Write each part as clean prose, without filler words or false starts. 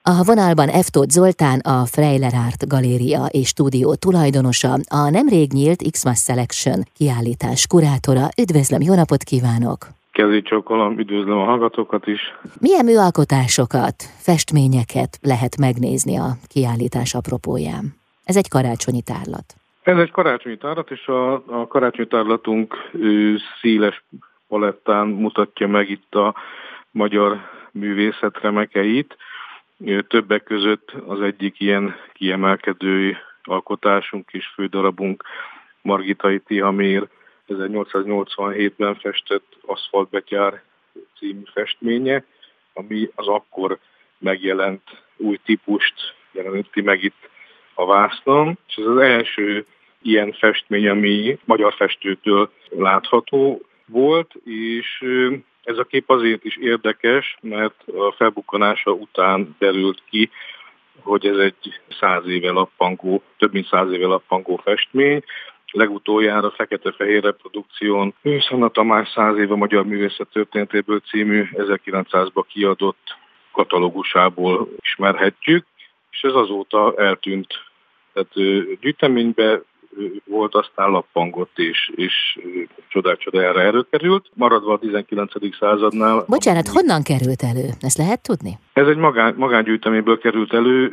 A vonalban F. Tóth Zoltán, a Freiler Art Galéria és Stúdió tulajdonosa, a nemrég nyílt Xmas Selection kiállítás kurátora. Üdvözlöm, jó napot kívánok! Kezét csókolom, üdvözlöm a hallgatókat is. Milyen műalkotásokat, festményeket lehet megnézni a kiállítás apropóján? Ez egy karácsonyi tárlat. Ez egy karácsonyi tárlat, és a karácsonyi tárlatunk széles palettán mutatja meg itt a magyar művészet remekeit. Többek között az egyik ilyen kiemelkedő alkotásunk és fődarabunk Margitai Tihamér 1887-ben festett Aszfaltbetyár című festménye, ami az akkor megjelent új típust jeleníti meg itt a vásznon, és ez az első ilyen festmény, ami magyar festőtől látható volt, és ez a kép azért is érdekes, mert a felbukkanása után derült ki, hogy ez egy 100 éve lappangó, több mint 100 éve lappangó festmény. Legutoljára fekete-fehér reprodukción Szanna Tamás 100 éve magyar művészet történetéből című 1900-ban kiadott katalógusából ismerhetjük, és ez azóta eltűnt. Tehát gyűjteménybe volt, aztán lappangott, és csodál-csodájára előkerült. Maradva a 19. századnál... Bocsánat, honnan került elő? Ezt lehet tudni? Ez egy magángyűjteményből került elő,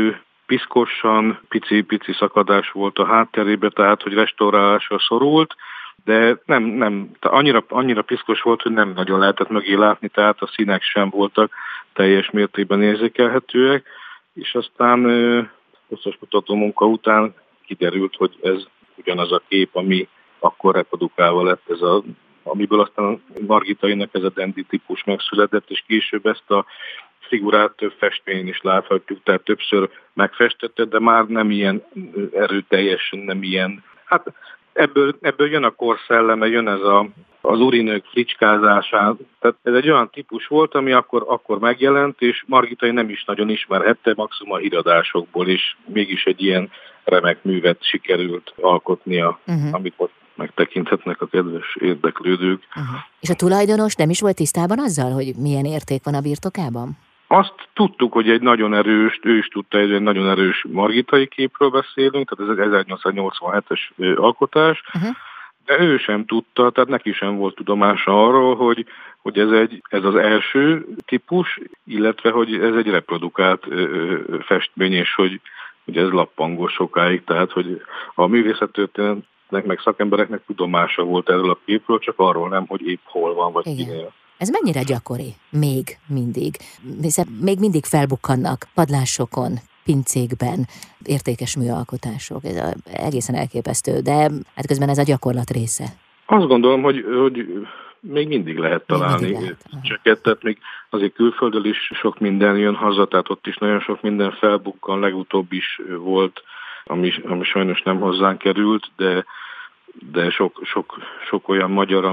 piszkosan, pici szakadás volt a hátterébe, tehát hogy restaurálásra szorult, de nem annyira piszkos volt, hogy nem nagyon lehetett mögé látni, tehát a színek sem voltak teljes mértékben érzékelhetőek, és aztán hosszas kutató munka után kiderült, hogy ez ugyanaz a kép, ami akkor reprodukálva lett, amiből aztán Margitainak ez a dandy típus megszületett, és később ezt a figurát több festményen is láthatjuk, tehát többször megfestette, de már nem ilyen erőteljesen, nem ilyen. Hát ebből jön a korszelleme, jön ez az urinők fricskázásán. Tehát ez egy olyan típus volt, ami akkor megjelent, és Margitai nem is nagyon ismerhette, maximum a híradásokból, és mégis egy ilyen remek művet sikerült alkotnia, amit most megtekinthetnek a kedves érdeklődők. És a tulajdonos nem is volt tisztában azzal, hogy milyen érték van a birtokában? Azt tudtuk, hogy egy nagyon erős, ő is tudta, hogy egy nagyon erős Margitai képről beszélünk, tehát ez egy 1887-es alkotás, de ő sem tudta, tehát neki sem volt tudomása arról, hogy ez az első típus, illetve hogy ez egy reprodukált festmény, és hogy ez lappangó sokáig, tehát hogy a művészettörténetnek meg szakembereknek tudomása volt erről a képről, csak arról nem, hogy épp hol van, vagy kinél. Ez mennyire gyakori? Még mindig. Hiszen még mindig felbukkannak padlásokon, pincékben értékes műalkotások. Ez egészen elképesztő, de hát közben ez a gyakorlat része. Azt gondolom, hogy még mindig lehet találni cseket, tehát még azért külföldről is sok minden jön haza, tehát ott is nagyon sok minden felbukkan, legutóbb is volt, ami sajnos nem hozzánk került, de sok olyan magyar,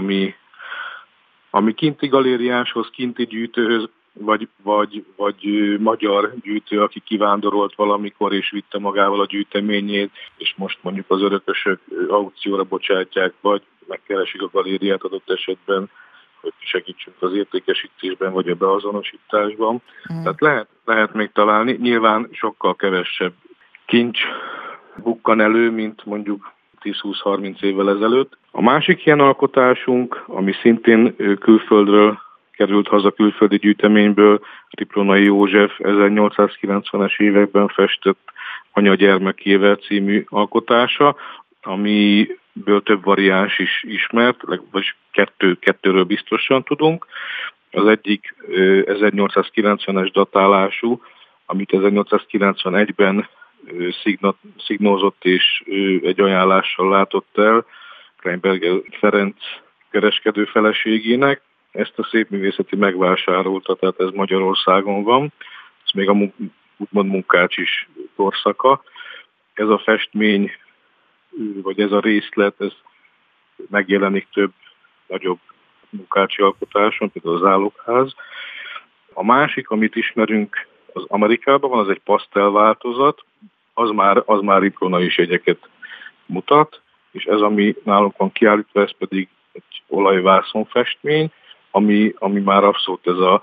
ami kinti galériáshoz, kinti gyűjtőhöz, vagy magyar gyűjtő, aki kivándorolt valamikor és vitte magával a gyűjteményét, és most mondjuk az örökösök aukcióra bocsátják, vagy megkeresik a galériát adott esetben, hogy segítsünk az értékesítésben, vagy a beazonosításban. Tehát lehet még találni. Nyilván sokkal kevesebb kincs bukkan elő, mint mondjuk 10-20-30 évvel ezelőtt. A másik ilyen alkotásunk, ami szintén külföldről került haza, külföldi gyűjteményből, Ripronai József 1890-es években festett Anya gyermekével című alkotása, amiből több variáns is ismert, vagy kettőről biztosan tudunk. Az egyik 1890-es datálású, amit 1891-ben szignózott és egy ajánlással látott el Kleinberger Ferenc kereskedő feleségének. Ezt a szépművészeti megvásárolta, tehát ez Magyarországon van. Ez még a úgymond Munkácsis korszaka. Ez a festmény, vagy ez a részlet, ez megjelenik több nagyobb Munkácsi alkotáson, például az Zálogház. A másik, amit ismerünk, az Amerikában van, az egy pasztel változat, az már ripronai jegyeket mutat, és ez, ami nálunk van kiállítva, ez pedig egy olajvászonfestmény, ami már abszolút ez a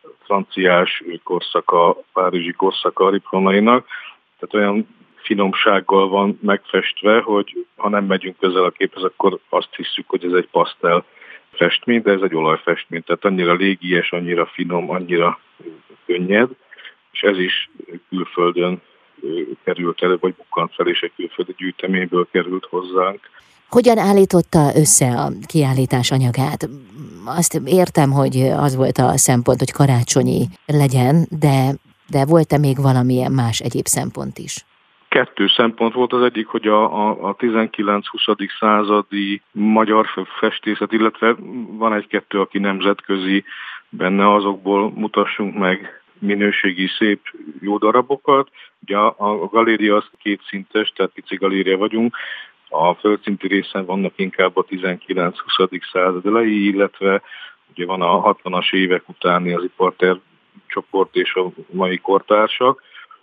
franciás korszaka, párizsi korszaka a ripronainak. Tehát olyan finomsággal van megfestve, hogy ha nem megyünk közel a képhez, akkor azt hiszük, hogy ez egy pasztel festmény, de ez egy olajfestmény. Tehát annyira légies, annyira finom, annyira könnyed, és ez is külföldön került elő, vagy bukkant fel, és egy külföldi gyűjteményből került hozzánk. Hogyan állította össze a kiállítás anyagát? Azt értem, hogy az volt a szempont, hogy karácsonyi legyen, de volt-e még valamilyen más egyéb szempont is? 2 szempont volt. Az egyik, hogy a 19-20. századi magyar festészet, illetve van egy-kettő, aki nemzetközi benne, azokból mutassunk meg minőségi, szép, jó darabokat. Ugye a galéria az 2 szintes, tehát pici galéria vagyunk. A földszinti részen vannak inkább a 19-20. század elejé, illetve ugye van a 60-as évek utáni az iparterv csoport és a mai kortársak.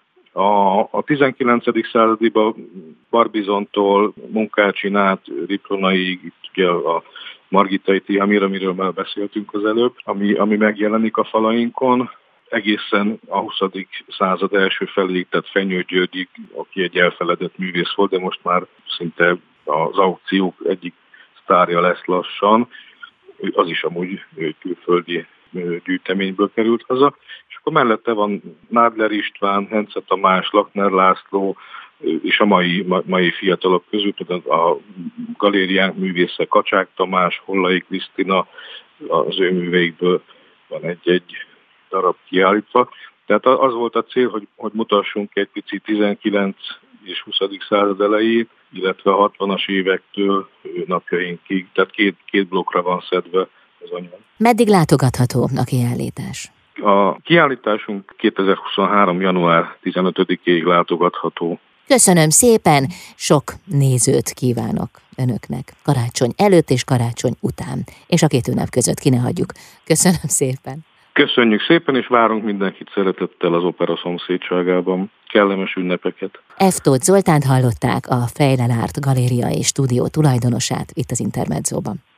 A 19. századiban Barbizontól Munkácsin át Ripronaig, itt ugye a Margitai Tihamir, amiről már beszéltünk az előbb, ami megjelenik a falainkon, egészen a 20. század első feléig, tehát Fenyő Györgyig, aki egy elfeledett művész volt, de most már szinte az aukciók egyik sztárja lesz lassan, az is amúgy külföldi gyűjteményből került haza. És akkor mellette van Nádler István, Hence Tamás, Lakner László, és a mai fiatalok közül, például a galériánk művésze Kacsák Tamás, Hollai Krisztina, az ő műveikből van egy darab kiállítva. Tehát az volt a cél, hogy mutassunk egy picit 19 és 20. század elejét, illetve a 60-as évektől napjainkig, tehát két blokkra van szedve az anyag. Meddig látogatható a kiállítás? A kiállításunk 2023. január 15-ig látogatható. Köszönöm szépen, sok nézőt kívánok önöknek karácsony előtt és karácsony után, és a 2 ünnep között ki ne hagyjuk. Köszönöm szépen. Köszönjük szépen, és várunk mindenkit szeretettel az opera szomszédságában. Kellemes ünnepeket! F. Tóth Zoltánt hallották, a Fejlel Árt Galéria és Stúdió tulajdonosát itt az Intermedzóban.